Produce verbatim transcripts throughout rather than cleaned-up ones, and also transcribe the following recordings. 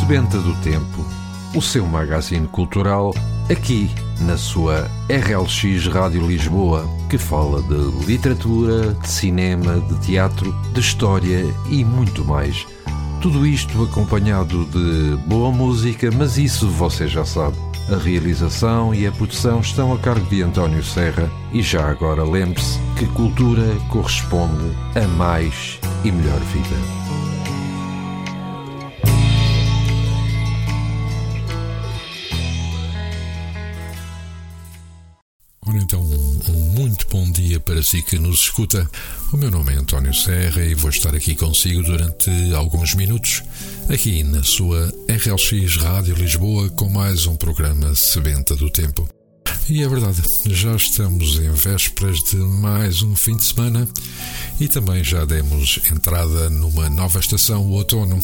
Sebenta do Tempo, o seu magazine cultural, aqui na sua R L X Rádio Lisboa, que fala de literatura, de cinema, de teatro, de história e muito mais. Tudo isto acompanhado de boa música, mas isso você já sabe. A realização e a produção estão a cargo de António Serra e já agora lembre-se que cultura corresponde a mais e melhor vida. Ora então, um, um muito bom dia para si que nos escuta. O meu nome é António Serra e vou estar aqui consigo durante alguns minutos, aqui na sua R L X Rádio Lisboa, com mais um programa Sebenta do Tempo. E é verdade, já estamos em vésperas de mais um fim de semana e também já demos entrada numa nova estação, o outono.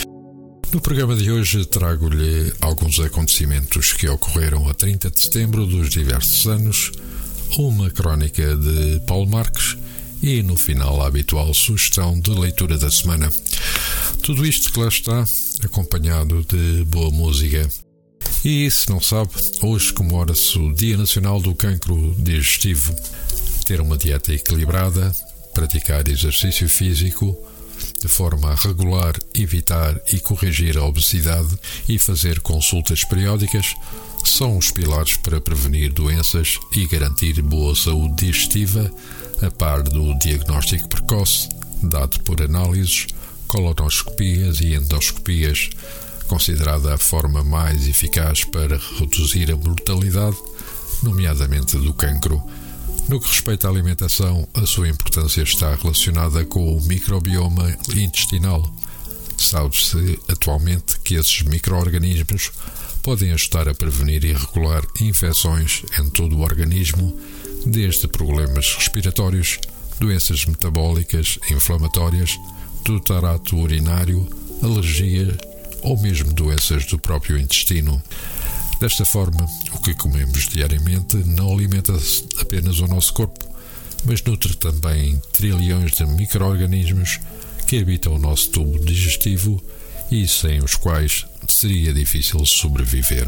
No programa de hoje trago-lhe alguns acontecimentos que ocorreram a trinta de setembro dos diversos anos, uma crónica de Paulo Marques e, no final, a habitual sugestão de leitura da semana. Tudo isto que lá está, acompanhado de boa música. E, se não sabe, hoje comemora-se o Dia Nacional do Cancro Digestivo. Ter uma dieta equilibrada, praticar exercício físico, de forma a regular, evitar e corrigir a obesidade e fazer consultas periódicas, são os pilares para prevenir doenças e garantir boa saúde digestiva, a par do diagnóstico precoce, dado por análises, colonoscopias e endoscopias, considerada a forma mais eficaz para reduzir a mortalidade, nomeadamente do cancro. No que respeita à alimentação, a sua importância está relacionada com o microbioma intestinal. Sabe-se atualmente que esses micro-organismos podem ajudar a prevenir e regular infecções em todo o organismo, desde problemas respiratórios, doenças metabólicas, inflamatórias, do trato urinário, alergia ou mesmo doenças do próprio intestino. Desta forma, o que comemos diariamente não alimenta apenas o nosso corpo, mas nutre também trilhões de micro-organismos que habitam o nosso tubo digestivo e sem os quais seria difícil sobreviver.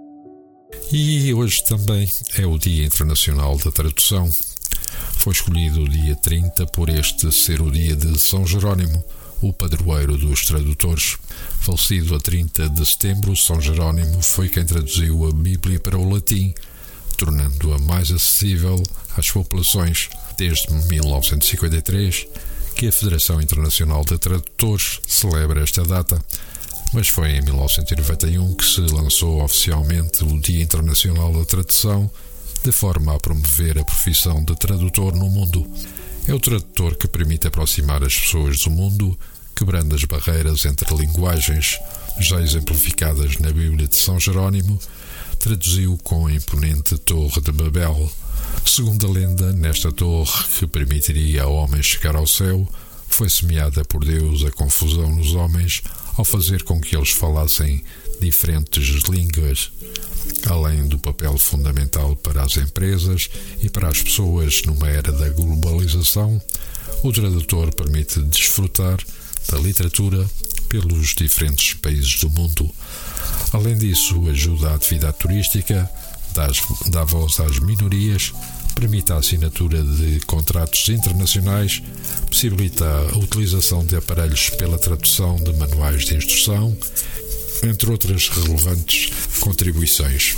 E hoje também é o Dia Internacional da Tradução. Foi escolhido o dia trinta por este ser o dia de São Jerónimo, o padroeiro dos tradutores. Falecido a trinta de setembro, São Jerónimo foi quem traduziu a Bíblia para o latim, tornando-a mais acessível às populações. Desde mil novecentos e cinquenta e três que a Federação Internacional de Tradutores celebra esta data, mas foi em mil novecentos e noventa e um que se lançou oficialmente o Dia Internacional da Tradução, de forma a promover a profissão de tradutor no mundo. É o tradutor que permite aproximar as pessoas do mundo, quebrando as barreiras entre linguagens, já exemplificadas na Bíblia de São Jerónimo, traduziu com a imponente Torre de Babel. Segundo a lenda, nesta torre, que permitiria ao homem chegar ao céu, foi semeada por Deus a confusão nos homens ao fazer com que eles falassem diferentes línguas. Além do papel fundamental para as empresas e para as pessoas numa era da globalização, o tradutor permite desfrutar da literatura pelos diferentes países do mundo. Além disso, ajuda à atividade turística, dá, dá voz às minorias, permite a assinatura de contratos internacionais, possibilita a utilização de aparelhos pela tradução de manuais de instrução, entre outras relevantes contribuições.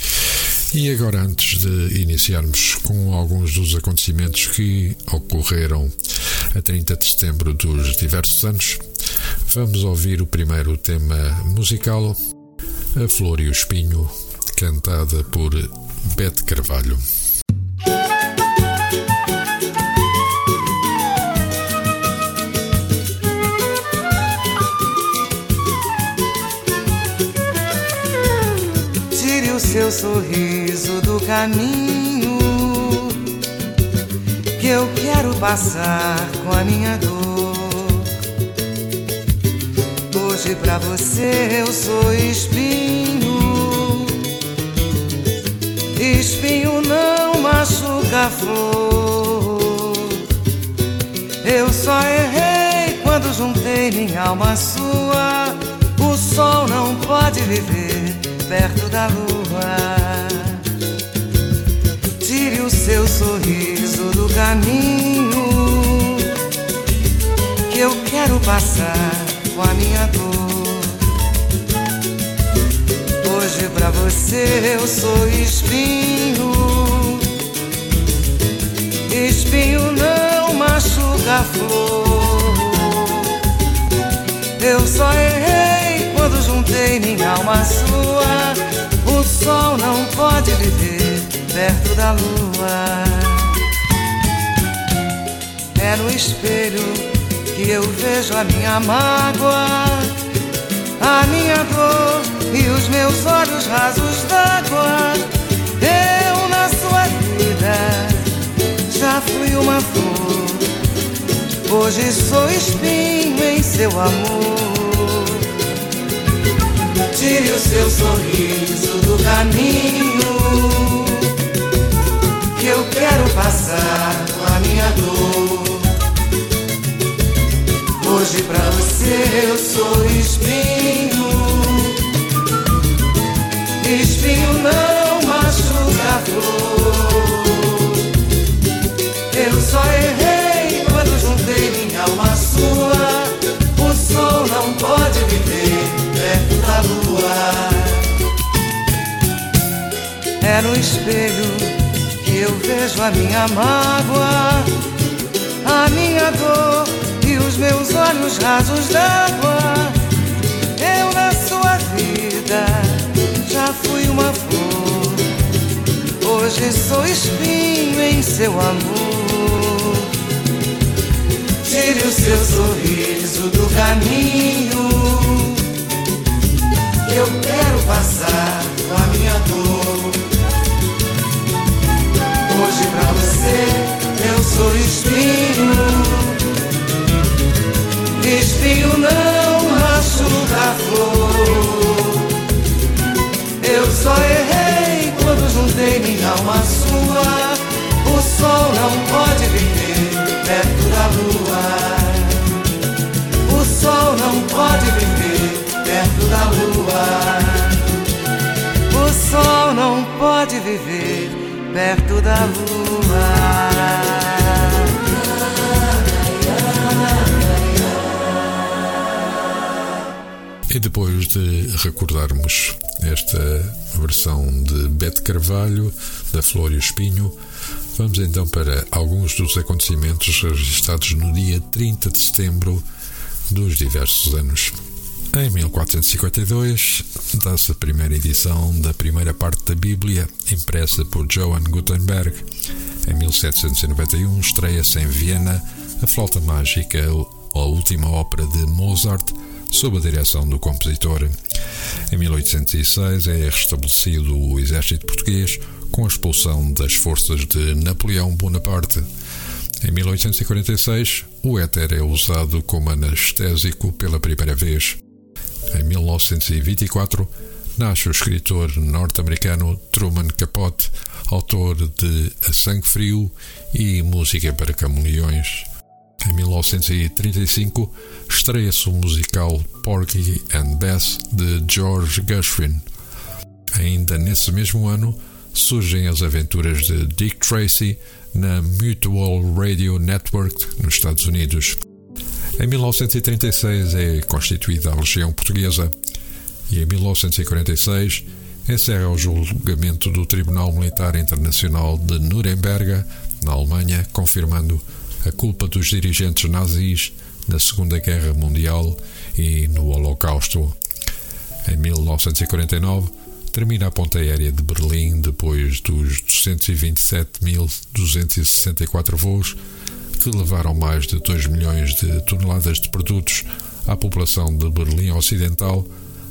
E agora, antes de iniciarmos com alguns dos acontecimentos que ocorreram a trinta de setembro dos diversos anos, vamos ouvir o primeiro tema musical, A Flor e o Espinho, cantada por Bete Carvalho. Seu sorriso do caminho que eu quero passar com a minha dor. Hoje pra você eu sou espinho. Espinho não machuca a flor. Eu só errei quando juntei minha alma à sua. O sol não pode viver perto da lua. Tire o seu sorriso do caminho, que eu quero passar com a minha dor. Hoje pra você eu sou espinho. Espinho não machuca a flor. Eu só errei quando juntei minha alma à sua. O sol não pode viver perto da lua. É no espelho que eu vejo a minha mágoa, a minha dor e os meus olhos rasos d'água. Eu na sua vida já fui uma flor, hoje sou espinho em seu amor. Tire o seu sorriso do caminho, que eu quero passar com a minha dor. Hoje pra você eu sou espinho. Espinho não machuca a flor. Eu só errei quando juntei minha alma à sua. O sol não pode viver perto da lua. É no espelho que eu vejo a minha mágoa, a minha dor e os meus olhos rasos d'água. Eu na sua vida já fui uma flor, hoje sou espinho em seu amor. Tire o seu sorriso do caminho, eu quero passar com a minha dor. Hoje pra você eu sou espinho. Espinho não machuca a flor. Eu só errei quando juntei minha alma à sua. O sol não pode viver perto da lua. O sol não pode viver perto da lua. O sol não pode viver perto da lua. E depois de recordarmos esta versão de Bete Carvalho, da Flor e o Espinho, vamos então para alguns dos acontecimentos registados no dia trinta de setembro dos diversos anos. Em mil quatrocentos e cinquenta e dois, dá-se a primeira edição da primeira parte da Bíblia, impressa por Johann Gutenberg. Em mil setecentos e noventa e um, estreia-se em Viena a Flauta Mágica, a última ópera de Mozart, sob a direção do compositor. Em mil oitocentos e seis é restabelecido o exército português com a expulsão das forças de Napoleão Bonaparte. Em mil oitocentos e quarenta e seis, o éter é usado como anestésico pela primeira vez. Em mil novecentos e vinte e quatro, nasce o escritor norte-americano Truman Capote, autor de A Sangue Frio e Música para Camaleões. Em mil novecentos e trinta e cinco, estreia-se o musical Porgy and Bess, de George Gershwin. Ainda nesse mesmo ano, surgem as aventuras de Dick Tracy na Mutual Radio Network, nos Estados Unidos. Em mil novecentos e trinta e seis é constituída a Legião Portuguesa e em mil novecentos e quarenta e seis encerra o julgamento do Tribunal Militar Internacional de Nuremberg, na Alemanha, confirmando a culpa dos dirigentes nazis na Segunda Guerra Mundial e no Holocausto. Em mil novecentos e quarenta e nove, termina a ponte aérea de Berlim depois dos duzentos e vinte e sete mil duzentos e sessenta e quatro voos que levaram mais de dois milhões de toneladas de produtos à população de Berlim Ocidental,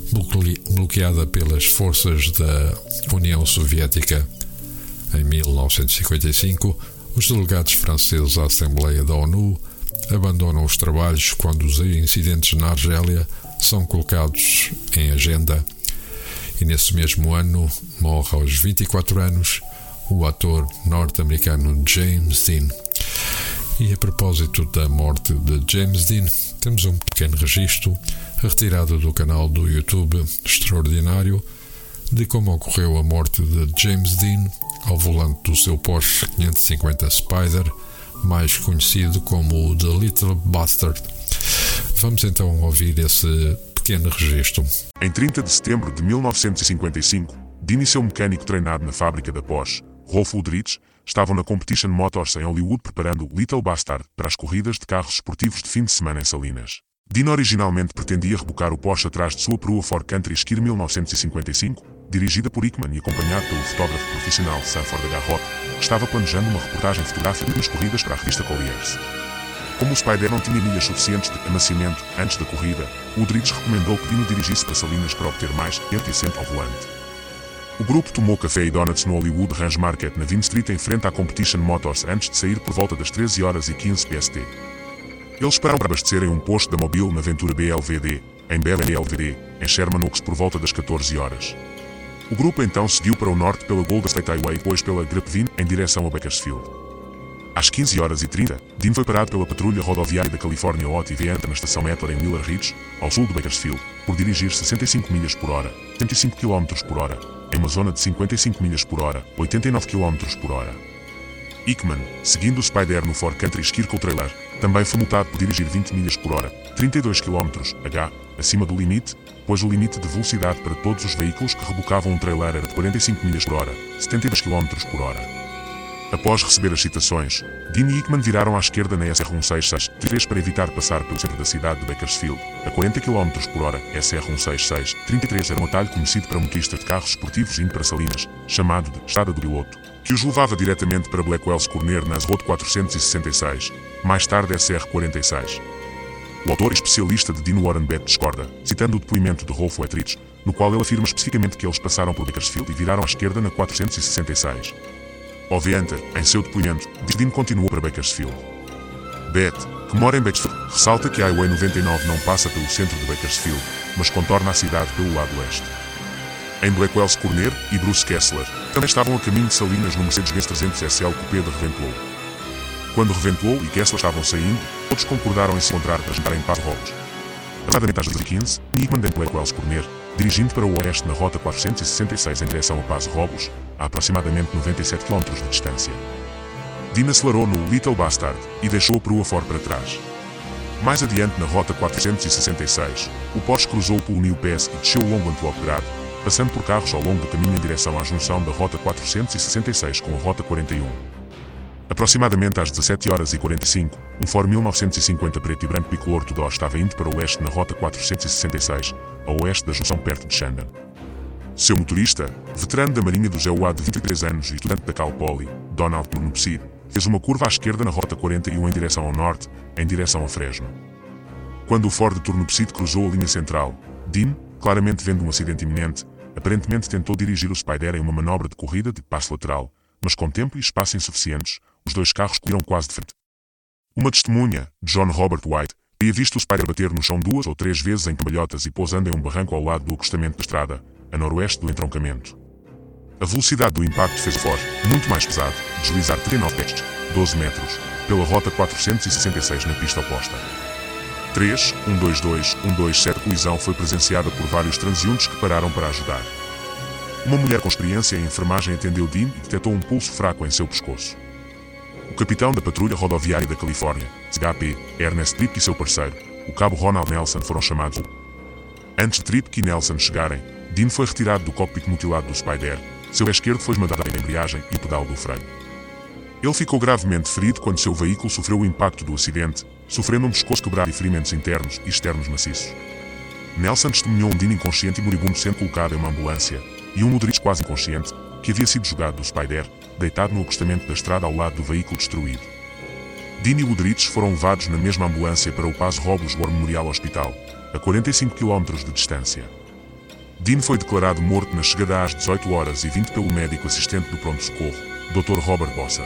bloqueada pelas forças da União Soviética. Em mil novecentos e cinquenta e cinco, os delegados franceses à Assembleia da ONU abandonam os trabalhos quando os incidentes na Argélia são colocados em agenda. E nesse mesmo ano morre aos vinte e quatro anos o ator norte-americano James Dean. E a propósito da morte de James Dean, temos um pequeno registro retirado do canal do YouTube extraordinário de como ocorreu a morte de James Dean ao volante do seu Porsche quinhentos e cinquenta Spider, mais conhecido como o The Little Bastard. Vamos então ouvir esse pequeno registro. Em trinta de setembro de mil novecentos e cinquenta e cinco, Dean e seu mecânico treinado na fábrica da Porsche, Rolf Udrich, estavam na Competition Motors em Hollywood preparando o Little Bastard para as corridas de carros esportivos de fim de semana em Salinas. Dean originalmente pretendia rebocar o Porsche atrás de sua perua Ford Country Skier mil novecentos e cinquenta e cinco, dirigida por Hickman e acompanhado pelo fotógrafo profissional Sanford H. Roth, que estava planejando uma reportagem fotográfica das corridas para a revista Collier's. Como o Spider não tinha milhas suficientes de amaciamento antes da corrida, Udrich recomendou que Dean o dirigisse para Salinas para obter mais tempo e assento ao volante. O grupo tomou café e donuts no Hollywood Ranch Market na Vine Street em frente à Competition Motors antes de sair por volta das treze horas e quinze P S T. Eles esperaram para abastecerem um posto da Mobile na Ventura B L V D, em B L V D, em Sherman Oaks por volta das catorze horas. O grupo então seguiu para o norte pela Golden State Highway e depois pela Grapevine em direção a Bakersfield. Às quinze horas e trinta, Dean foi parado pela Patrulha Rodoviária da Califórnia O T V entra na estação Mettler em Miller Ridge, ao sul de Bakersfield, por dirigir sessenta e cinco milhas por hora, cento e cinco quilômetros por hora, em uma zona de cinquenta e cinco milhas por hora, oitenta e nove quilômetros por hora. Hickman, seguindo o Spider no Ford Country Skier com o trailer, também foi multado por dirigir vinte milhas por hora, trinta e dois quilômetros H, acima do limite, pois o limite de velocidade para todos os veículos que rebocavam um trailer era de quarenta e cinco milhas por hora, setenta e dois quilômetros por hora. Após receber as citações, Dean e Hickman viraram à esquerda na S R cento e sessenta e seis para evitar passar pelo centro da cidade de Bakersfield, a quarenta quilômetros por hora. S R cento e sessenta e seis trinta e três era um atalho conhecido para motoristas de carros esportivos indo para Salinas, chamado de Estrada do Piloto, que os levava diretamente para Blackwell's Corner nas Road quatrocentos e sessenta e seis, mais tarde S R quarenta e seis. O autor e especialista de Dean Warren Bett discorda, citando o depoimento de Rolf Udrich, no qual ele afirma especificamente que eles passaram por Bakersfield e viraram à esquerda na quatrocentos e sessenta e seis. Oviante, em seu depoimento, diz que Dean continuou para Bakersfield. Bett, que mora em Bakersfield, ressalta que a Highway noventa e nove não passa pelo centro de Bakersfield, mas contorna a cidade pelo lado oeste. Em Blackwell's Corner e Bruce Kessler também estavam a caminho de Salinas no Mercedes-Benz trezentos S L Coupé de Reventlow. Quando Reventlow e Kessler estavam saindo, todos concordaram em se encontrar para jantar em Paso Robles. Aproximadamente às dezesseis e quinze, Hickman em Blackwell's Corner, dirigindo para o oeste na rota quatrocentos e sessenta e seis em direção a Paso Robles, a aproximadamente noventa e sete quilômetros de distância. Dean acelerou no Little Bastard e deixou a perua Ford para trás. Mais adiante na rota quatrocentos e sessenta e seis, o Porsche cruzou pelo New Pass e desceu o longo Antelope Grade, passando por carros ao longo do caminho em direção à junção da rota quatrocentos e sessenta e seis com a rota quarenta e um. Aproximadamente às dezessete horas e quarenta e cinco, um Ford mil novecentos e cinquenta preto e branco bicolor Tudor estava indo para o oeste na rota quatrocentos e sessenta e seis, a oeste da junção perto de Shandon. Seu motorista, veterano da Marinha do G U A de vinte e três anos e estudante da Cal Poly, Donald Turnipseed, fez uma curva à esquerda na rota quarenta e um em direção ao norte, em direção a Fresno. Quando o Ford Turnipseed cruzou a linha central, Dean, claramente vendo um acidente iminente, aparentemente tentou dirigir o Spider em uma manobra de corrida de passo lateral, mas com tempo e espaço insuficientes, os dois carros correram quase de frente. Uma testemunha, John Robert White, teria visto o Spider bater no chão duas ou três vezes em cambalhotas e pousando em um barranco ao lado do acostamento da estrada, a noroeste do entroncamento. A velocidade do impacto fez o Ford, muito mais pesado, deslizar trinta e nove pés, doze metros, pela rota quatrocentos e sessenta e seis na pista oposta. três, um dois dois, um dois sete A colisão foi presenciada por vários transeuntes que pararam para ajudar. Uma mulher com experiência em enfermagem atendeu Dean e detectou um pulso fraco em seu pescoço. O capitão da Patrulha Rodoviária da Califórnia, H P, Ernest Tripke e seu parceiro, o cabo Ronald Nelson, foram chamados. Antes de Tripke e Nelson chegarem, Dean foi retirado do cockpit mutilado do Spider, seu pé esquerdo foi esmagado na embreagem e o pedal do freio. Ele ficou gravemente ferido quando seu veículo sofreu o impacto do acidente, sofrendo um pescoço quebrado e ferimentos internos e externos maciços. Nelson testemunhou um Dean inconsciente e moribundo sendo colocado em uma ambulância, e um Udrich quase inconsciente, que havia sido jogado do Spider, deitado no acostamento da estrada ao lado do veículo destruído. Dean e Udrich foram levados na mesma ambulância para o Paso Robles War Memorial Hospital, a quarenta e cinco quilômetros de distância. Dean foi declarado morto na chegada às dezoito horas e vinte pelo médico assistente do pronto-socorro, doutor Robert Bossa.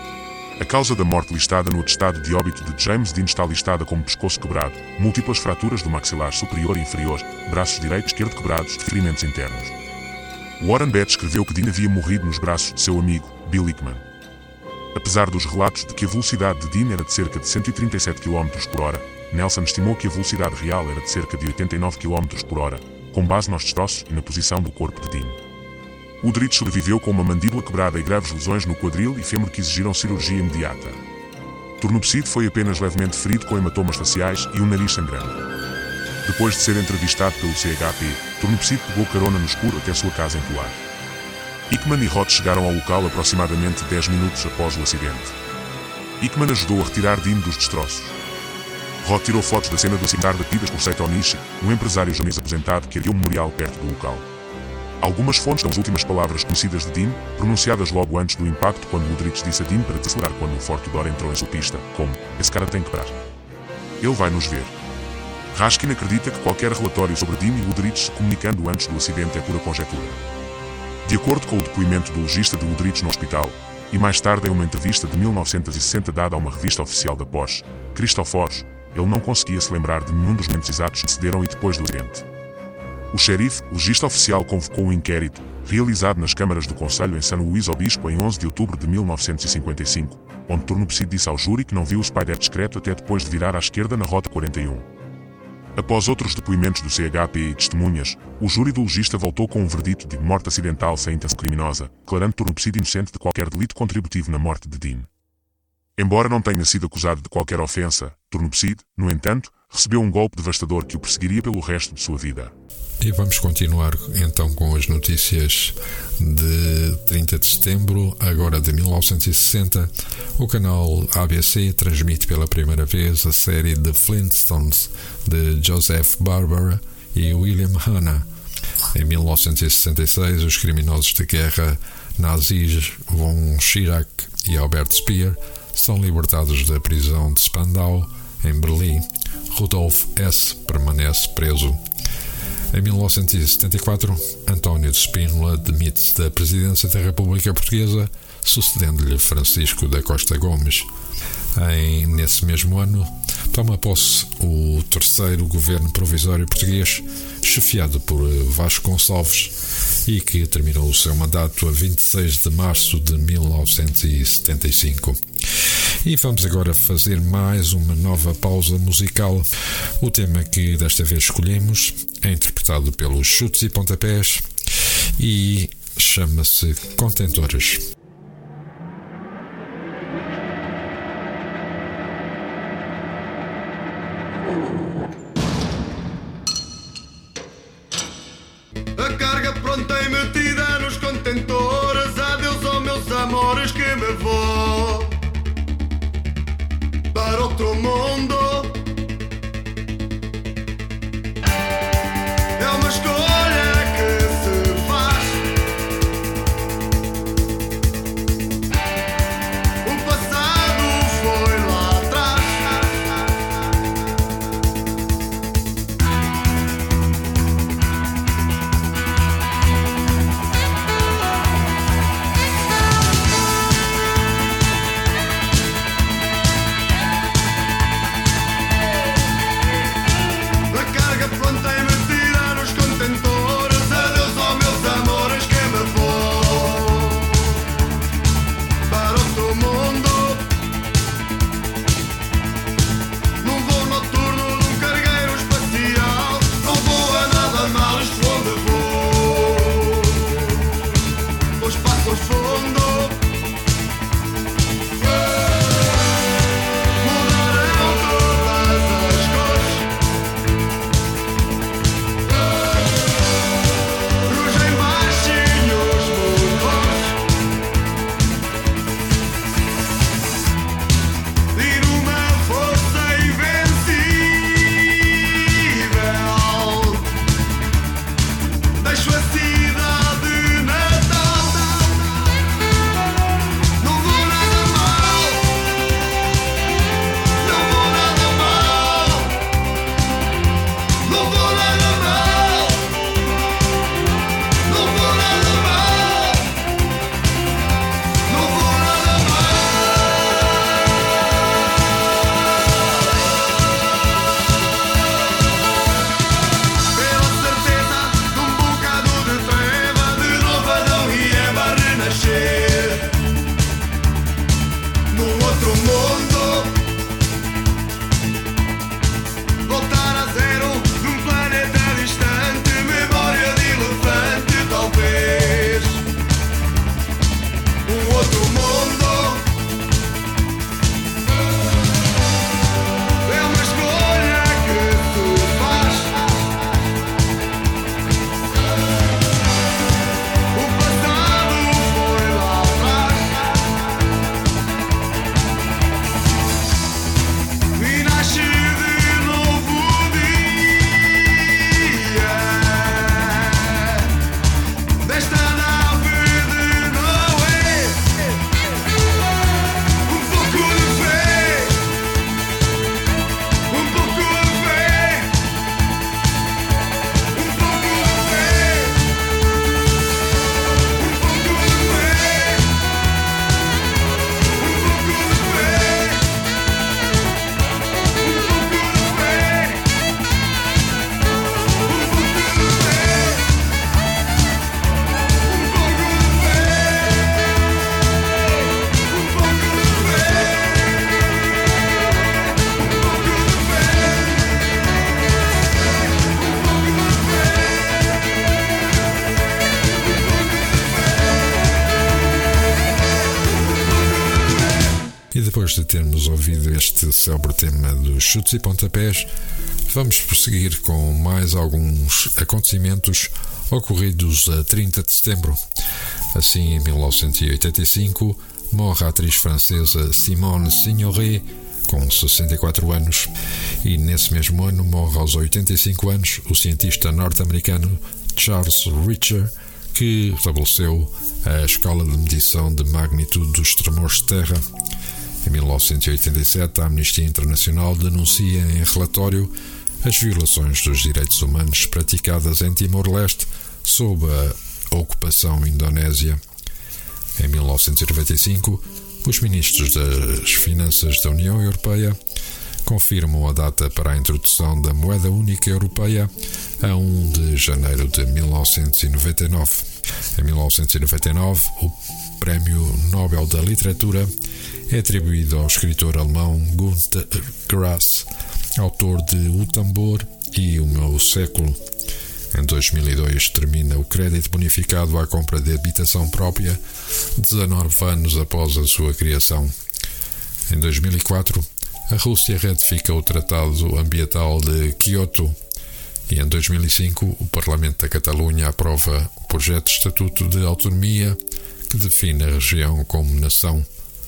A causa da morte listada no atestado de óbito de James Dean está listada como pescoço quebrado, múltiplas fraturas do maxilar superior e inferior, braços direito e esquerdo quebrados e ferimentos internos. Warren Bett escreveu que Dean havia morrido nos braços de seu amigo, Bill Hickman. Apesar dos relatos de que a velocidade de Dean era de cerca de cento e trinta e sete quilômetros por hora, Nelson estimou que a velocidade real era de cerca de oitenta e nove quilómetros por hora, com base nos destroços e na posição do corpo de Dean. Woodridge sobreviveu com uma mandíbula quebrada e graves lesões no quadril e fêmur que exigiram cirurgia imediata. Turnipseed foi apenas levemente ferido com hematomas faciais e um nariz sangrando. Depois de ser entrevistado pelo C H P, Turnipseed pegou carona no escuro até sua casa em Tuar. Hickman e Roth chegaram ao local aproximadamente dez minutos após o acidente. Hickman ajudou a retirar Dean dos destroços. Roth tirou fotos da cena do acidente batidas por Seito Onishi, um empresário japonês aposentado que ergueu um memorial perto do local. Algumas fontes dão as últimas palavras conhecidas de Dean, pronunciadas logo antes do impacto quando Woodridge disse a Dean para desacelerar quando o Ford Tudor entrou em sua pista, como, esse cara tem que parar. Ele vai nos ver. Raskin acredita que qualquer relatório sobre Dean e Woodridge se comunicando antes do acidente é pura conjectura. De acordo com o depoimento do legista de Woodridge no hospital, e mais tarde em uma entrevista de mil novecentos e sessenta dada a uma revista oficial da Porsche, Christoph, ele não conseguia se lembrar de nenhum dos momentos exatos que antecederam e depois do acidente. O xerife, o legista oficial, convocou um inquérito, realizado nas câmaras do Conselho em São Luís Obispo em onze de outubro de mil novecentos e cinquenta e cinco, onde Turnipseed disse ao júri que não viu o Spider discreto até depois de virar à esquerda na Rota quarenta e um. Após outros depoimentos do C H P e testemunhas, o júri do legista voltou com um verdito de morte acidental sem intenção criminosa, declarando Turnipseed inocente de qualquer delito contributivo na morte de Dean. Embora não tenha sido acusado de qualquer ofensa, Turnipseed, no entanto, recebeu um golpe devastador que o perseguiria pelo resto de sua vida. E vamos continuar então com as notícias de trinta de setembro, agora de mil novecentos e sessenta. O canal A B C transmite pela primeira vez a série The Flintstones de Joseph Barbera e William Hanna. Em mil novecentos e sessenta e seis, os criminosos de guerra nazis von Schirach e Albert Speer são libertados da prisão de Spandau, em Berlim. Rudolf Hess permanece preso. Em mil novecentos e setenta e quatro, António de Spínola demite-se da presidência da República Portuguesa, sucedendo-lhe Francisco da Costa Gomes. Em, nesse mesmo ano, toma posse o terceiro governo provisório português, chefiado por Vasco Gonçalves, e que terminou o seu mandato a vinte e seis de março de mil novecentos e setenta e cinco. E vamos agora fazer mais uma nova pausa musical. O tema que desta vez escolhemos é interpretado pelos Chutes e Pontapés e chama-se Contentores. A carga pronta e metida nos contentores. Adeus aos meus amores que me vou para outro mundo. É uma escolha que se faz. O passado foi lá atrás. depois de termos ouvido este célebre tema dos chutes e pontapés, vamos prosseguir com mais alguns acontecimentos ocorridos a trinta de setembro. Assim, em mil novecentos e oitenta e cinco, morre a atriz francesa Simone Signoret, com sessenta e quatro anos, e nesse mesmo ano morre aos oitenta e cinco anos o cientista norte-americano Charles Richter, que estabeleceu a escala de medição de magnitude dos tremores de terra. Em mil novecentos e oitenta e sete, a Amnistia Internacional denuncia em relatório as violações dos direitos humanos praticadas em Timor-Leste sob a ocupação indonésia. Em mil novecentos e noventa e cinco, os ministros das Finanças da União Europeia confirmam a data para a introdução da moeda única europeia a primeiro de janeiro de mil novecentos e noventa e nove. Em mil novecentos e noventa e nove, o Prémio Nobel da Literatura é atribuído ao escritor alemão Günter Grass, autor de O Tambor e O Meu Século. Em dois mil e dois, termina o crédito bonificado à compra de habitação própria, dezanove anos após a sua criação. Em dois mil e quatro, a Rússia ratifica o Tratado Ambiental de Kyoto e em dois mil e cinco o Parlamento da Catalunha aprova o projeto de Estatuto de Autonomia que define a região como nação.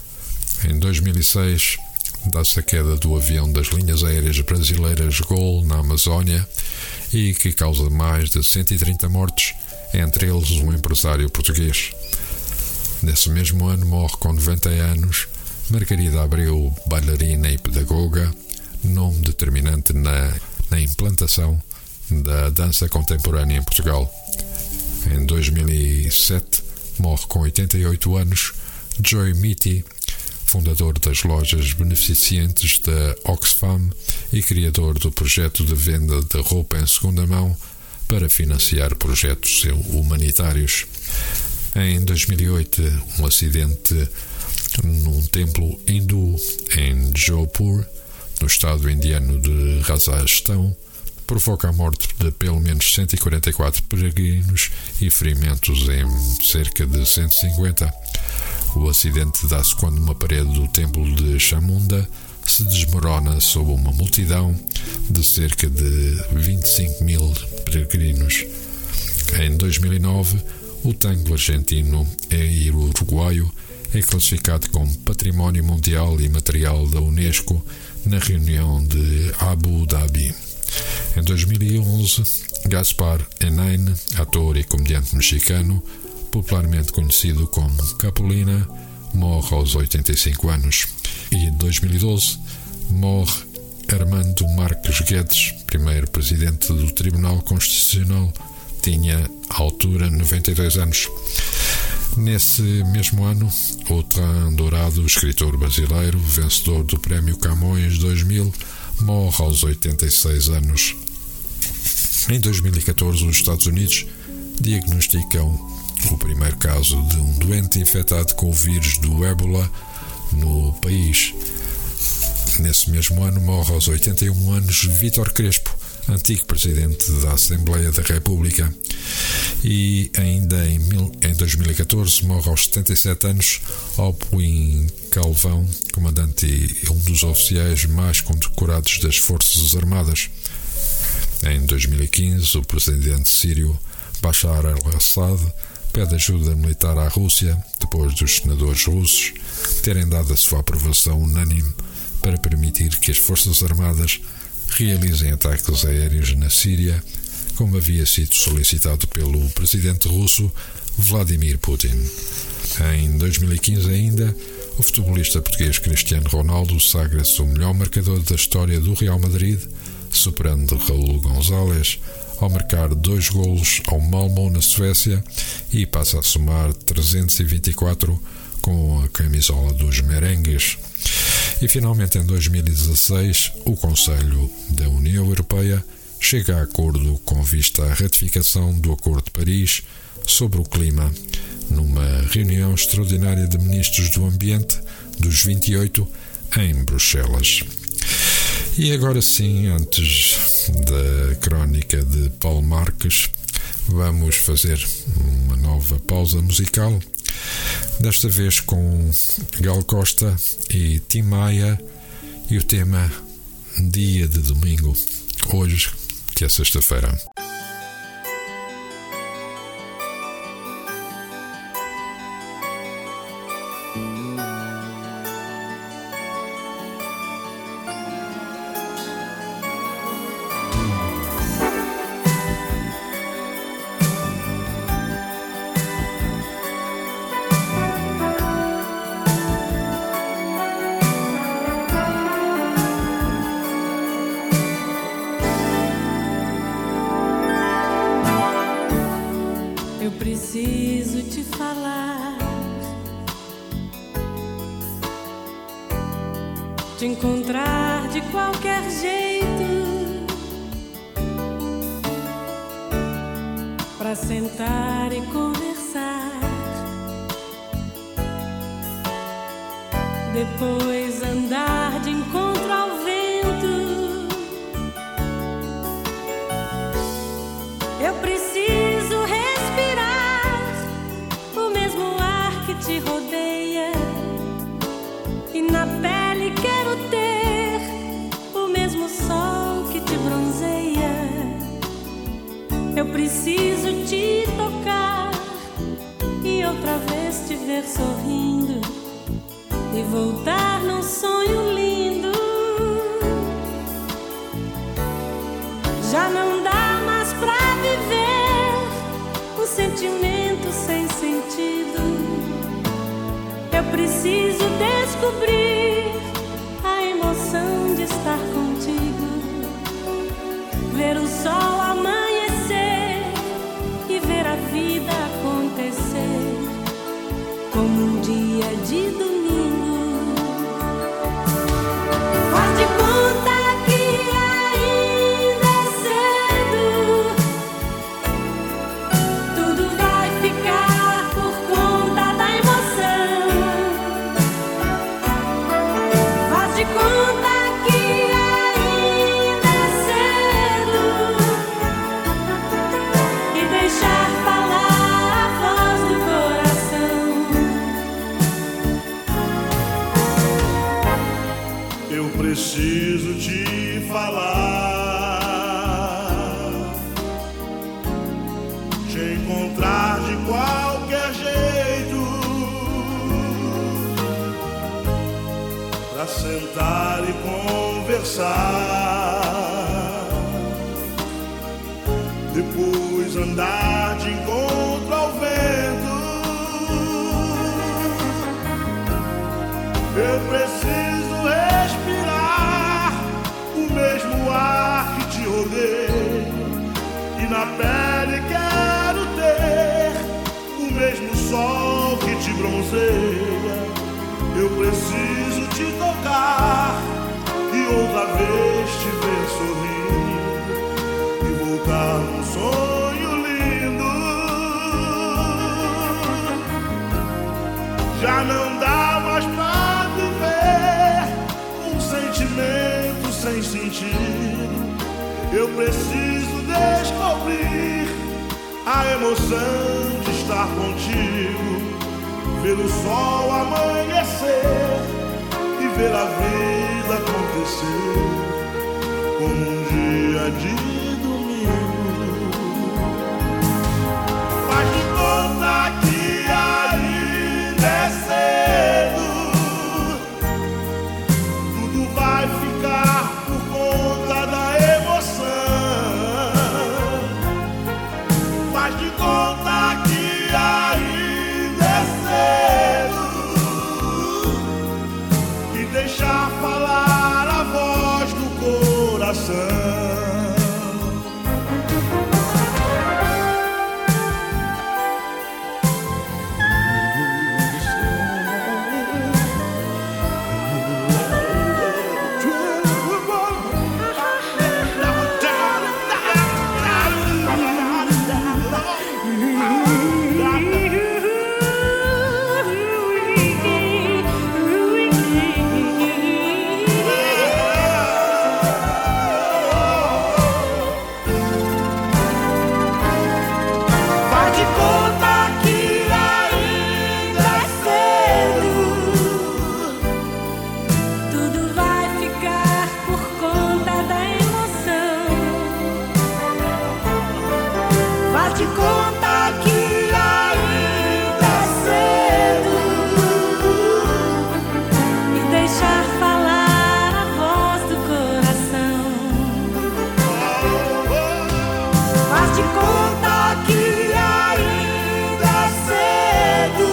Em dois mil e seis, dá-se a queda do avião das linhas aéreas brasileiras Gol na Amazónia e que causa mais de cento e trinta mortes, entre eles um empresário português. Nesse mesmo ano morre com noventa anos Margarida Abreu, bailarina e pedagoga, nome determinante na, na implantação da dança contemporânea em Portugal. Em dois mil e sete, morre com oitenta e oito anos Joy Mitty, fundador das lojas beneficentes da Oxfam e criador do projeto de venda de roupa em segunda mão para financiar projetos humanitários. Em dois mil e oito, um acidente num templo hindu em Jaipur, no estado indiano de Rajastão, provoca a morte de pelo menos cento e quarenta e quatro peregrinos e ferimentos em cerca de cento e cinquenta. O acidente dá-se quando uma parede do templo de Chamunda se desmorona sob uma multidão de cerca de vinte e cinco mil peregrinos. Em dois mil e nove, o tango argentino e uruguaio é classificado como Património Mundial Imaterial da Unesco na reunião de Abu Dhabi. Em dois mil e onze, Gaspar Enaine, ator e comediante mexicano, popularmente conhecido como Capulina, morre aos oitenta e cinco anos. E em dois mil e doze, morre Armando Marques Guedes, primeiro presidente do Tribunal Constitucional, tinha à altura noventa e dois anos. Nesse mesmo ano, Outrem Dourado, escritor brasileiro, vencedor do Prémio Camões dois mil, morre aos oitenta e seis anos. Em dois mil e catorze, os Estados Unidos diagnosticam o primeiro caso de um doente infectado com o vírus do ébola no país. Nesse mesmo ano, morre aos oitenta e um anos Vítor Crespo, antigo presidente da Assembleia da República. E ainda em, mil, em dois mil e catorze morre aos setenta e sete anos Alpuin Calvão, comandante e um dos oficiais mais condecorados das Forças Armadas. Em dois mil e quinze, o presidente sírio Bashar al-Assad pede ajuda militar à Rússia, depois dos senadores russos terem dado a sua aprovação unânime para permitir que as Forças Armadas realizem ataques aéreos na Síria, como havia sido solicitado pelo presidente russo Vladimir Putin. Em dois mil e quinze ainda, o futebolista português Cristiano Ronaldo sagra-se o melhor marcador da história do Real Madrid, superando Raul González, ao marcar dois golos ao Malmö na Suécia e passa a somar trezentos e vinte e quatro com a camisola dos merengues. E finalmente, em dois mil e dezasseis, o Conselho da União Europeia chega a acordo com vista à ratificação do Acordo de Paris sobre o clima, numa reunião extraordinária de ministros do Ambiente dos vinte e oito em Bruxelas. E agora sim, antes da crónica de Paulo Marques, vamos fazer uma nova pausa musical. desta vez com Gal Costa e Tim Maia e o tema Dia de Domingo, hoje que é sexta-feira. Preciso te falar, te encontrar de qualquer jeito, pra sentar e conversar, depois andar de encontro ao vento. Eu preciso te rodeia e na pele quero ter o mesmo sol que te bronzeia. Eu preciso te tocar e outra vez te ver sorrindo e voltar num sonho lindo. Já não dá mais pra viver um sentimento sem sentido. Eu preciso descobrir a emoção de estar contigo, ver o sol amanhecer e ver a vida acontecer como um dia de domingo. Faz de conta que ainda é cedo, tudo vai ficar por conta da emoção. Conta que ainda é cedo e deixar falar a voz do coração. Eu preciso te falar, te encontrar de qualquer jeito, pra sentar e conversar, depois andar de encontro ao vento. Eu preciso respirar o mesmo ar que te rodeia e na pele quero ter o mesmo sol que te bronzeia. Eu preciso te tocar e outra vez te ver sorrir e voltar num sonho lindo. Já não dá mais pra viver um sentimento sem sentido. Eu preciso descobrir a emoção de estar contigo, ver o sol amanhecer e ver a vida acontecer como um dia de domingo. Faz de conta que ainda é cedo, tudo vai ficar por conta da emoção. Faz de conta que ainda é cedo e deixar falar a voz do coração. de conta que ainda é cedo e deixar falar a voz do coração. Faz de conta que ainda é cedo.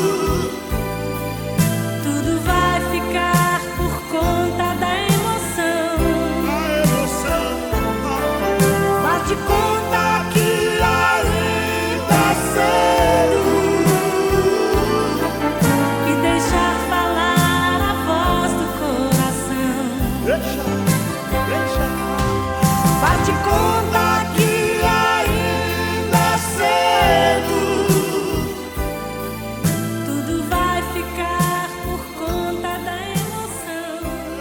Tudo vai ficar por conta da emoção. Faz de conta que ainda é cedo e deixar falar a voz do coração. Faz de conta que ainda é cedo. Tudo vai ficar por conta da emoção.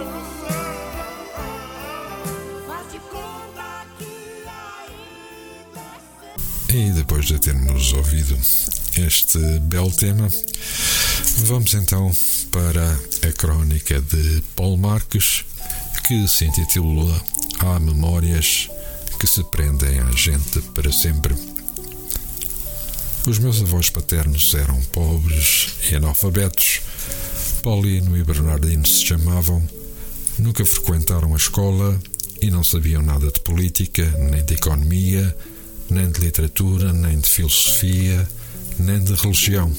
Faz de conta que ainda é cedo. E depois de termos ouvido este belo tema, vamos então para a crónica de Paulo Marques, que se intitula Há Memórias que se prendem à gente para sempre. Os meus avós paternos eram pobres e analfabetos. Paulino e Bernardino se chamavam, nunca frequentaram a escola e não sabiam nada de política, nem de economia, nem de literatura, nem de filosofia, nem de religião.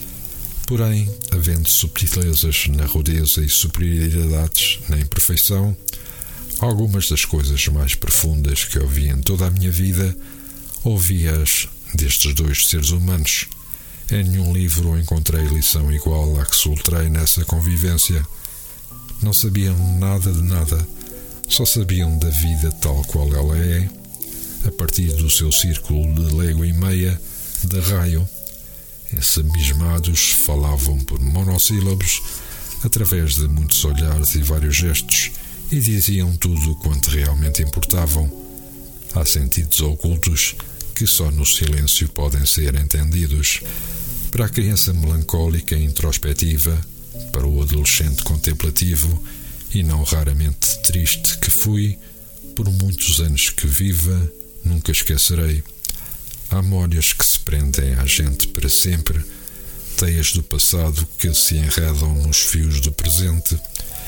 Porém, havendo subtilezas na rudeza e superioridades na imperfeição, algumas das coisas mais profundas que ouvi em toda a minha vida, ouvi-as destes dois seres humanos. Em nenhum livro encontrei lição igual à que soltrei nessa convivência. Não sabiam nada de nada, só sabiam da vida tal qual ela é, a partir do seu círculo de légua e meia, de raio. Ensimismados, falavam por monossílabos, através de muitos olhares e vários gestos, e diziam tudo quanto realmente importavam. Há sentidos ocultos que só no silêncio podem ser entendidos. Para a criança melancólica e introspectiva, para o adolescente contemplativo e não raramente triste que fui, por muitos anos que viva, nunca esquecerei. Há memórias que se prendem à gente para sempre, teias do passado que se enredam nos fios do presente.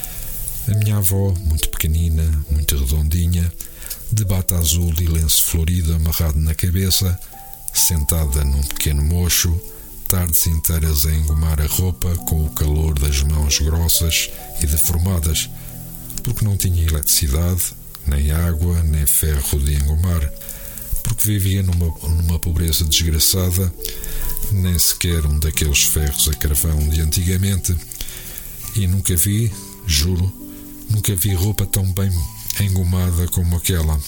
A minha avó, muito pequenina, muito redondinha, de bata azul e lenço florido amarrado na cabeça, sentada num pequeno mocho, tardes inteiras a engomar a roupa com o calor das mãos grossas e deformadas, porque não tinha eletricidade, nem água, nem ferro de engomar, porque vivia numa, numa pobreza desgraçada, nem sequer um daqueles ferros a carvão de antigamente, e nunca vi, juro, nunca vi roupa tão bem engomada como aquela.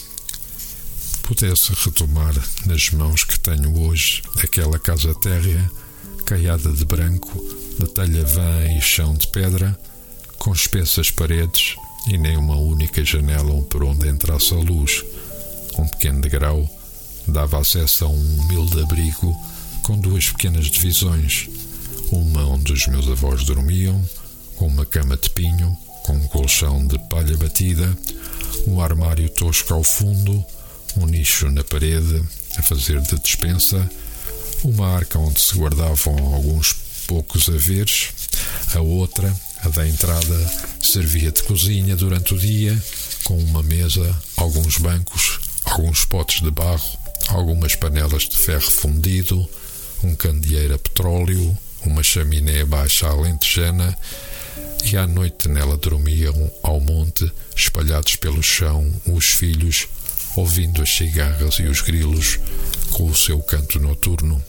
Pudesse retomar nas mãos que tenho hoje aquela casa térrea, caiada de branco, de telha vã e chão de pedra, com espessas paredes e nem uma única janela por onde entrasse a luz. Um pequeno degrau dava acesso a um humilde abrigo com duas pequenas divisões, uma onde os meus avós dormiam, com uma cama de pinho, com um colchão de palha batida, um armário tosco ao fundo, um nicho na parede a fazer de despensa, uma arca onde se guardavam alguns poucos haveres, a outra, a da entrada, servia de cozinha durante o dia, com uma mesa, alguns bancos, alguns potes de barro, algumas panelas de ferro fundido, um candeeiro a petróleo, uma chaminé baixa alentejana, e à noite nela dormiam ao monte, espalhados pelo chão, os filhos, ouvindo as cigarras e os grilos com o seu canto noturno.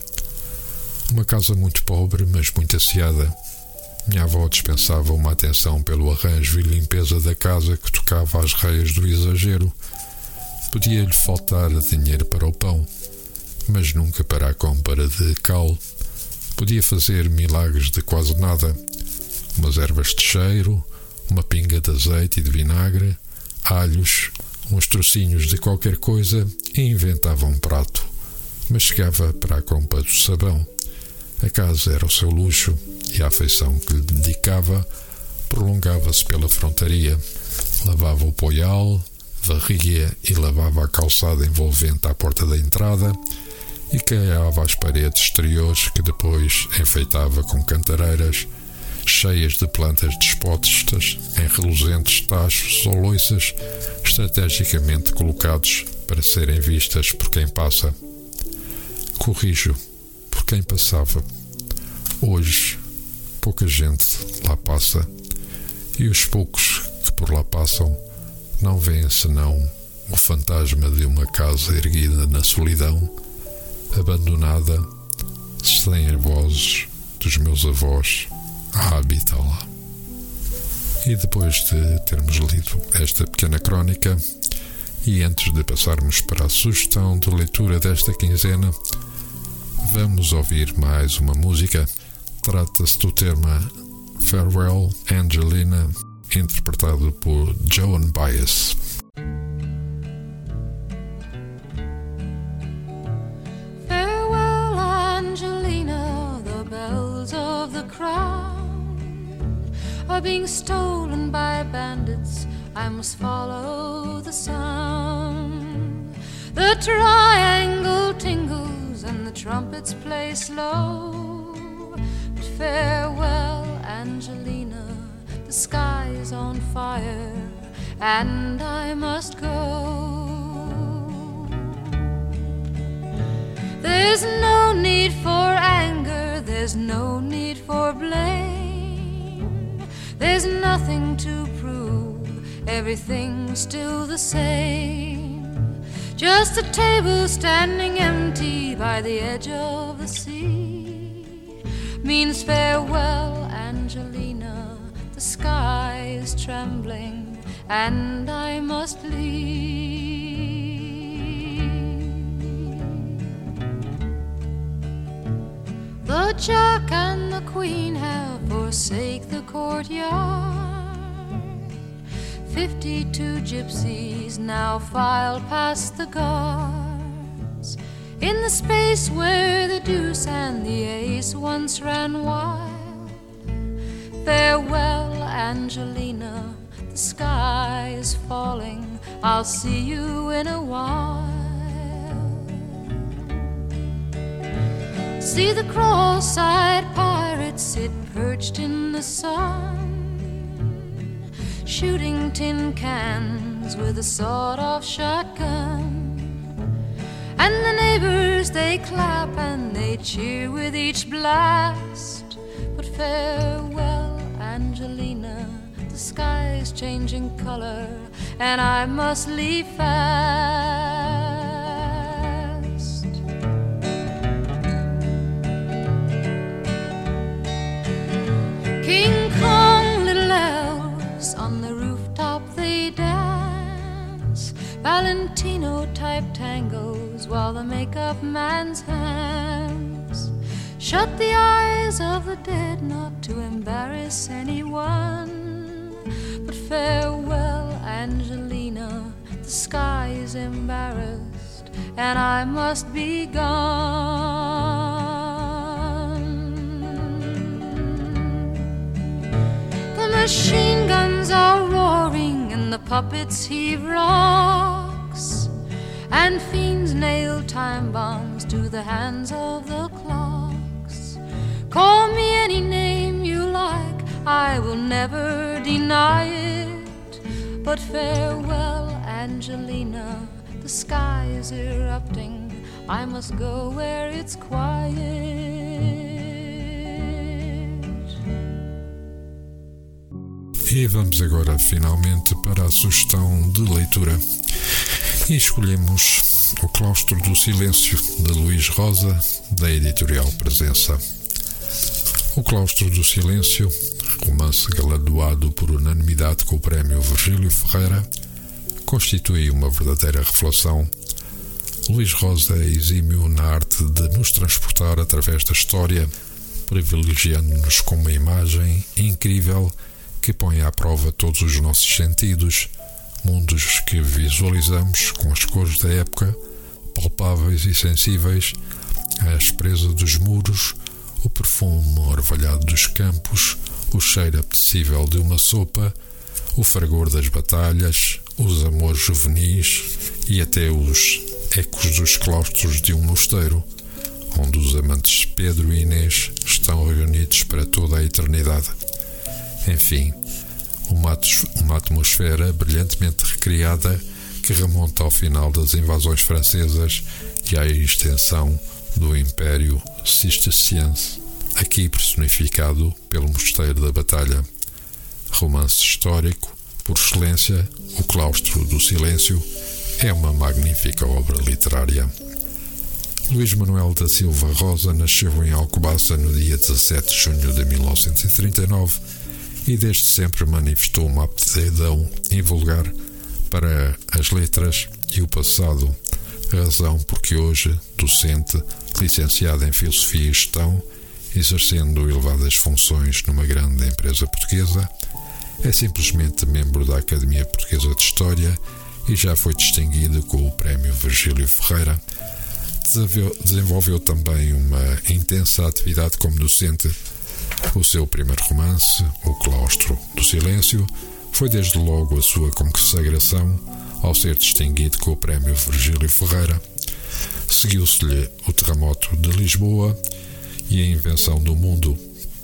Uma casa muito pobre, mas muito asseada. Minha avó dispensava uma atenção pelo arranjo e limpeza da casa que tocava às raias do exagero. Podia-lhe faltar dinheiro para o pão, mas nunca para a compra de cal. Podia fazer milagres de quase nada. Umas ervas de cheiro, uma pinga de azeite e de vinagre, alhos, uns trocinhos de qualquer coisa e inventava um prato. Mas chegava para a compra do sabão. A casa era o seu luxo e a afeição que lhe dedicava prolongava-se pela frontaria. Lavava o poial, varria e lavava a calçada envolvente à porta da entrada e caiava às paredes exteriores que depois enfeitava com cantareiras cheias de plantas dispostas em reluzentes tachos ou loiças estrategicamente colocados para serem vistas por quem passa. Corrijo, por quem passava. Hoje, pouca gente lá passa, e os poucos que por lá passam não veem senão o fantasma de uma casa erguida na solidão, abandonada, sem as vozes dos meus avós a habitar lá. E depois de termos lido esta pequena crónica, e antes de passarmos para a sugestão de leitura desta quinzena, vamos ouvir mais uma música. Trata-se do tema Farewell Angelina, interpretado por Joan Baez. Farewell Angelina, the bells of the crown are being stolen by bandits. I must follow the sound. The triangle tingles and the trumpets play slow. But farewell, Angelina, the sky is on fire and I must go. There's no need for anger, there's no need for blame. There's nothing to prove, everything's still the same. Just a table standing empty by the edge of the sea means farewell, Angelina, the sky is trembling and I must leave. The Jack and the Queen have forsake the courtyard. Fifty-two gypsies now file past the guards in the space where the deuce and the ace once ran wild. Farewell, Angelina, the sky is falling, I'll see you in a while. See the cross-eyed pirates sit perched in the sun, shooting tin cans with a sawed-off shotgun. And the neighbors, they clap and they cheer with each blast. But farewell, Angelina, the sky's changing color and I must leave fast. King Kong, little elves on the rooftop they dance, Valentino-type tangos while the makeup man's hands shut the eyes of the dead not to embarrass anyone. But farewell, Angelina, the sky is embarrassed and I must be gone. The machine guns are roaring and the puppets heave rocks, and fiends nail time bombs to the hands of the clocks. Call me any name you like, I will never deny it. But farewell, Angelina, the sky is erupting, I must go where it's quiet. E vamos agora finalmente para a sugestão de leitura. E escolhemos O Claustro do Silêncio, de Luís Rosa, da editorial Presença. O Claustro do Silêncio, romance galardoado por unanimidade com o prémio Virgílio Ferreira, constitui uma verdadeira reflexão. Luís Rosa é exímio na arte de nos transportar através da história, privilegiando-nos com uma imagem incrível que põe à prova todos os nossos sentidos, mundos que visualizamos com as cores da época, palpáveis e sensíveis, a aspereza dos muros, o perfume orvalhado dos campos, o cheiro apetecível de uma sopa, o fragor das batalhas, os amores juvenis e até os ecos dos claustros de um mosteiro, onde os amantes Pedro e Inês estão reunidos para toda a eternidade. Enfim, uma, uma atmosfera brilhantemente recriada que remonta ao final das invasões francesas e à extensão do Império Cisterciense, aqui personificado pelo Mosteiro da Batalha. Romance histórico, por excelência, O Claustro do Silêncio é uma magnífica obra literária. Luís Manuel da Silva Rosa nasceu em Alcobaça no dia dezassete de junho de mil novecentos e trinta e nove e desde sempre manifestou uma aptidão invulgar para as letras e o passado, razão porque hoje, docente, licenciado em Filosofia e Gestão, exercendo elevadas funções numa grande empresa portuguesa, é simplesmente membro da Academia Portuguesa de História e já foi distinguido com o Prémio Virgílio Ferreira. Desenvolveu também uma intensa atividade como docente. O seu primeiro romance, O Claustro do Silêncio, foi desde logo a sua consagração ao ser distinguido com o Prémio Virgílio Ferreira. Seguiu-se-lhe O Terremoto de Lisboa e A Invenção do Mundo,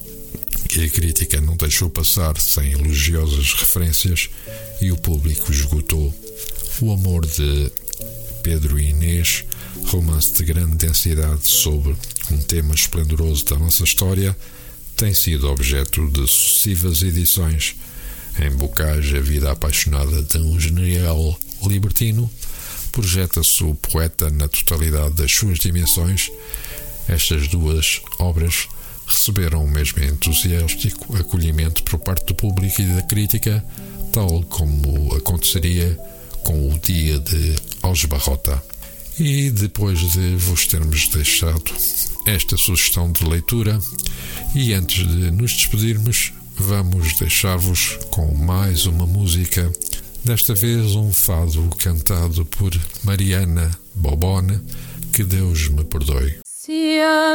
que a crítica não deixou passar sem elogiosas referências e o público esgotou. O Amor de Pedro e Inês, romance de grande densidade sobre um tema esplendoroso da nossa história, tem sido objeto de sucessivas edições. Em Bocage, A Vida Apaixonada de um General Libertino, projeta-se o poeta na totalidade das suas dimensões. Estas duas obras receberam o mesmo entusiástico acolhimento por parte do público e da crítica, tal como aconteceria com O Dia de Aljubarrota. E depois de vos termos deixado esta sugestão de leitura, e antes de nos despedirmos, vamos deixar-vos com mais uma música, desta vez um fado cantado por Mariana Bobone, Que Deus Me Perdoe. Se a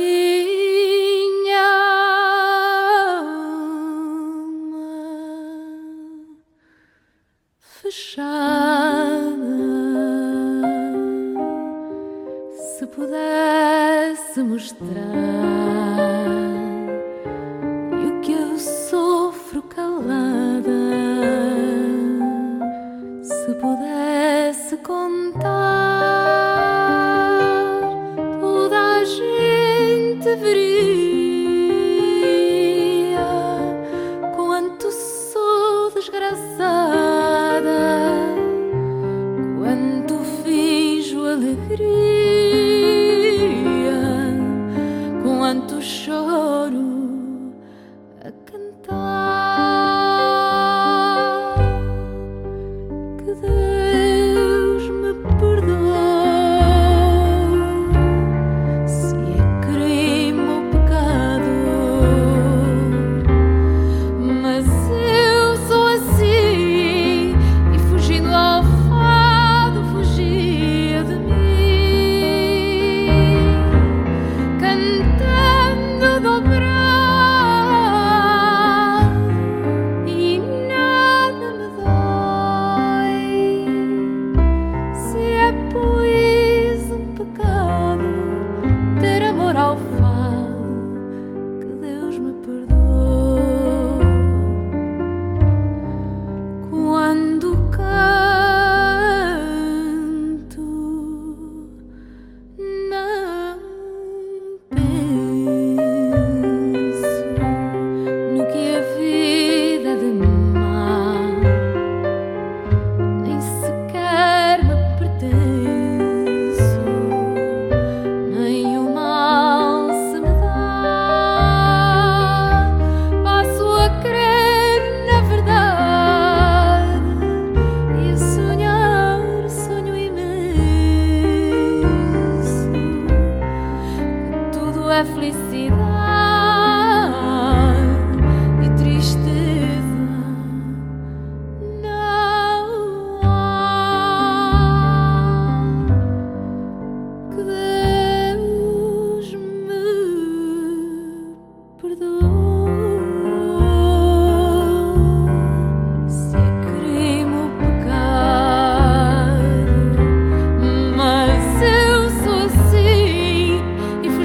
minha alma fechada se pudesse mostrar e o que eu sofro calada se pudesse contar, toda a gente veria quanto sou desgraçada, quanto finjo alegria, quanto choro a cantar. Que Deus me perdoe se é crime ou pecado, mas eu sou assim e fugindo ao fado fugia de mim, cantando dobrado e nada me dói. Se é pois um pecado ter amor ao fado, que Deus me perdoe. Quando canto, não penso no que a vida é de mal, nem sequer me pertenço, nem o mal se me dá. Passo a crer na verdade e a sonhar sonho imenso, que tudo é felicidade e tristeza não há. Que Deus me perdoe se é crime ou pecado, mas eu sou assim e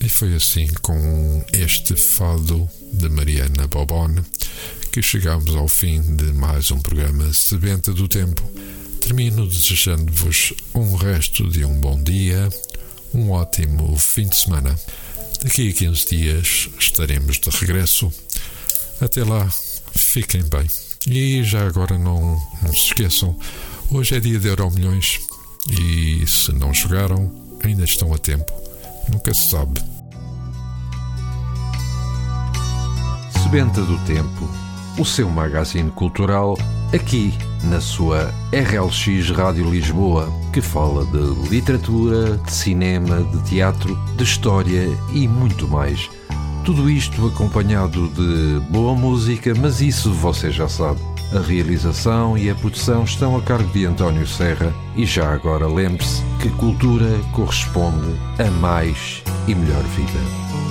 E foi assim com este fado de Mariana Bobone que chegamos ao fim de mais um programa Sebenta do Tempo. Termino desejando-vos um resto de um bom dia, um ótimo fim de semana. Daqui a quinze dias estaremos de regresso. Até lá, fiquem bem. E já agora não, não se esqueçam, hoje é dia de Euromilhões e se não jogaram, ainda estão a tempo. Nunca se sabe. Sebenta do Tempo, o seu magazine cultural, aqui na sua R L X Rádio Lisboa, que fala de literatura, de cinema, de teatro, de história e muito mais. Tudo isto acompanhado de boa música, mas isso você já sabe. A realização e a produção estão a cargo de António Serra e já agora lembre-se que cultura corresponde a mais e melhor vida.